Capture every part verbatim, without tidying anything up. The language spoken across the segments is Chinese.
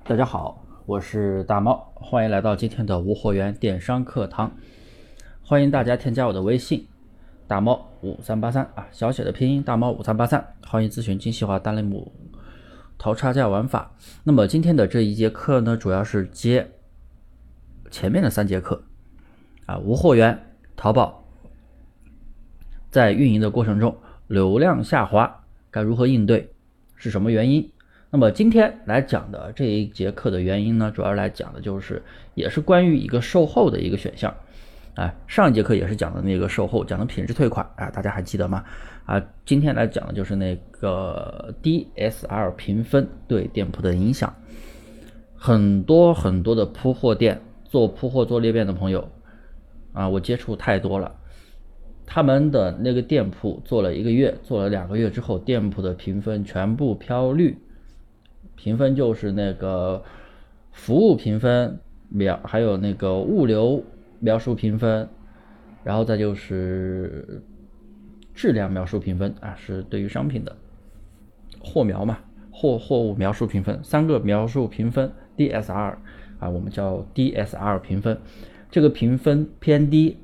大家好，我是大猫，欢迎来到今天的无货源电商课堂。欢迎大家添加我的微信大猫五三八三啊，小写的拼音大猫五三八三，欢迎咨询精细化单类目淘差价玩法。那么今天的这一节课呢，主要是接前面的三节课啊，无货源淘宝在运营的过程中流量下滑该如何应对，是什么原因。那么今天来讲的这一节课的原因呢，主要来讲的就是也是关于一个售后的一个选项啊，上一节课也是讲的那个售后，讲的品质退款啊，大家还记得吗？啊，今天来讲的就是那个 D S R 评分对店铺的影响。很多很多的铺货店做铺货做裂变的朋友啊，我接触太多了。他们的那个店铺做了一个月，做了两个月之后，店铺的评分全部飘绿。评分就是那个服务评分描，还有那个物流描述评分，然后再就是质量描述评分啊，是对于商品的货描嘛，货货物描述评分，三个描述评分 D S R 啊，我们叫 D S R 评分，这个评分偏低，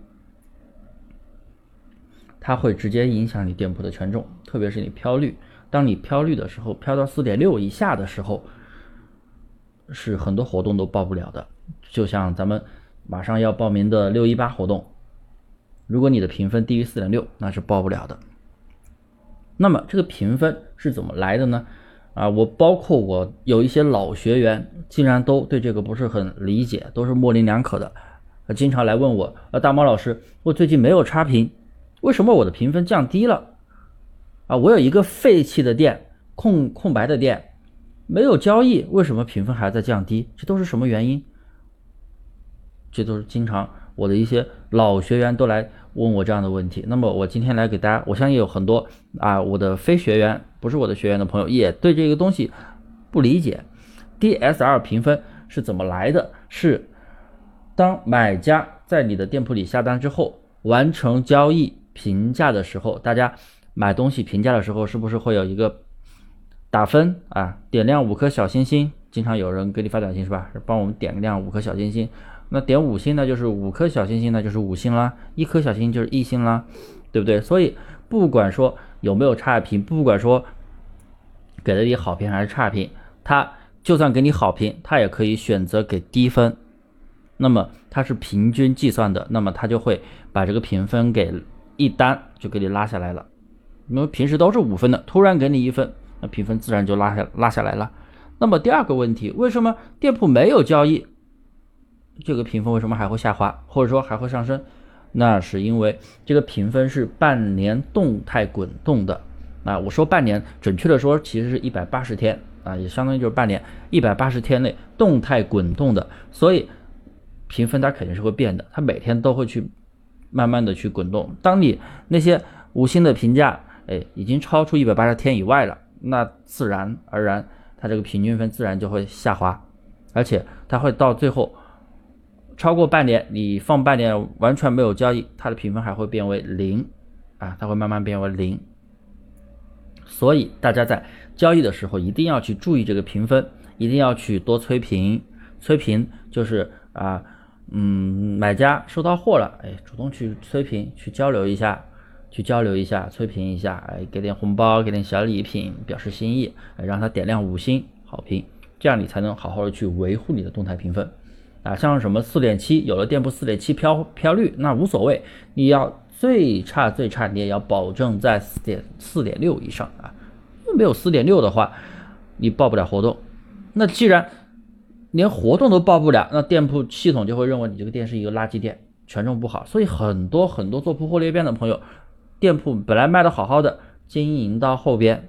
它会直接影响你店铺的权重，特别是你飘绿。当你飘绿的时候，飘到 四点六 以下的时候，是很多活动都报不了的。就像咱们马上要报名的六一八活动，如果你的评分低于 四点六， 那是报不了的。那么这个评分是怎么来的呢？啊，我包括我有一些老学员竟然都对这个不是很理解，都是模棱两可的，经常来问我，啊，大猫老师，我最近没有差评，为什么我的评分降低了？啊，我有一个废弃的店，空空白的店，没有交易，为什么评分还在降低？这都是什么原因？这都是经常我的一些老学员都来问我这样的问题。那么我今天来给大家，我相信有很多啊，我的非学员，不是我的学员的朋友，也对这个东西不理解。D S R 评分是怎么来的？是当买家在你的店铺里下单之后，完成交易评价的时候，大家买东西评价的时候，是不是会有一个打分啊？点亮五颗小星星，经常有人给你发短信是吧？帮我们点亮五颗小星星。那点五星呢，就是五颗小星星呢，就是五星啦；一颗小星星就是一星啦，对不对？所以不管说有没有差评，不管说给了你好评还是差评，他就算给你好评，他也可以选择给低分。那么它是平均计算的，那么他就会把这个评分给一单就给你拉下来了。因为平时都是五分的，突然给你一分，那评分自然就拉下拉下来了。那么第二个问题，为什么店铺没有交易，这个评分为什么还会下滑，或者说还会上升？那是因为这个评分是半年动态滚动的啊。我说半年，准确的说其实是一百八十天啊，也相当于就是半年，一百八十天内动态滚动的，所以评分它肯定是会变的，它每天都会去慢慢的去滚动。当你那些五星的评价哎，已经超出一百八十天以外了，那自然而然它这个平均分自然就会下滑，而且它会到最后超过半年，你放半年完全没有交易，它的评分还会变为零啊，它会慢慢变为零。所以大家在交易的时候一定要去注意这个评分，一定要去多催评。催评就是啊，嗯，买家收到货了，哎，主动去催评，去交流一下。去交流一下，催评一下，哎，给点红包，给点小礼品，表示心意，哎，让他点亮五星好评，这样你才能好好的去维护你的动态评分啊。像什么 四点七， 有的店铺 四点七 飘飘绿，那无所谓，你要最差最差你也要保证在 四点六 以上啊，没有 四点六 的话你报不了活动。那既然连活动都报不了，那店铺系统就会认为你这个店是一个垃圾店，权重不好。所以很多很多做铺货裂变的朋友，店铺本来卖的好好的，经营到后边，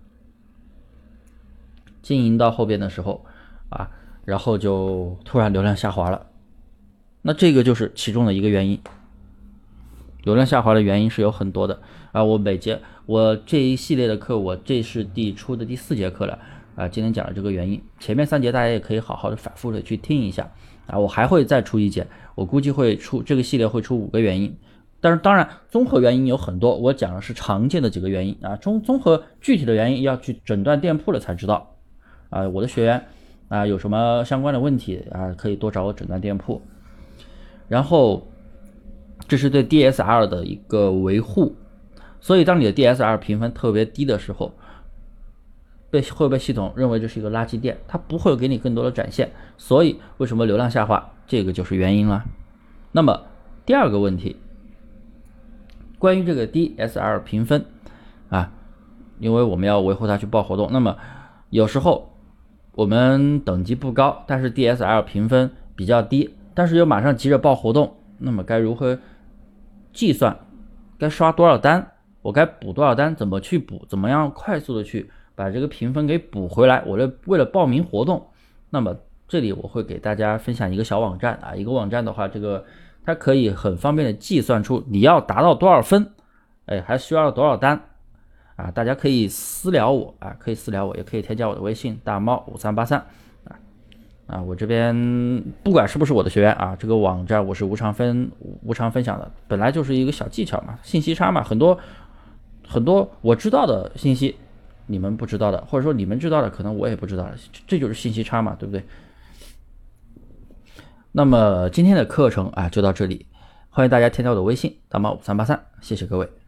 经营到后边的时候啊，然后就突然流量下滑了。那这个就是其中的一个原因。流量下滑的原因是有很多的啊。我每节我这一系列的课，我这是第出的第四节课了啊。今天讲的这个原因，前面三节大家也可以好好的反复的去听一下啊。我还会再出一节，我估计会出这个系列会出五个原因。但是当然综合原因有很多，我讲的是常见的几个原因啊，综综合具体的原因要去诊断店铺了才知道啊。我的学员啊，有什么相关的问题啊，可以多找我诊断店铺。然后这是对 D S R 的一个维护，所以当你的 D S R 评分特别低的时候，被会被系统认为这是一个垃圾店，它不会给你更多的展现，所以为什么流量下滑，这个就是原因了。那么第二个问题，关于这个 D S R 评分啊，因为我们要维护它去报活动，那么有时候我们等级不高，但是 D S R 评分比较低，但是又马上急着报活动，那么该如何计算，该刷多少单，我该补多少单，怎么去补，怎么样快速的去把这个评分给补回来，我为了报名活动。那么这里我会给大家分享一个小网站啊，一个网站的话，这个它可以很方便的计算出你要达到多少分，哎，还需要多少单啊，大家可以私聊我啊，可以私聊我，也可以添加我的微信大猫五三八三啊啊，我这边不管是不是我的学员啊，这个网站我是无偿分无偿分享的，本来就是一个小技巧嘛，信息差嘛，很多很多我知道的信息你们不知道的，或者说你们知道的可能我也不知道的，这就是信息差嘛，对不对？那么今天的课程啊就到这里，欢迎大家添加我的微信大猫五三八三，谢谢各位。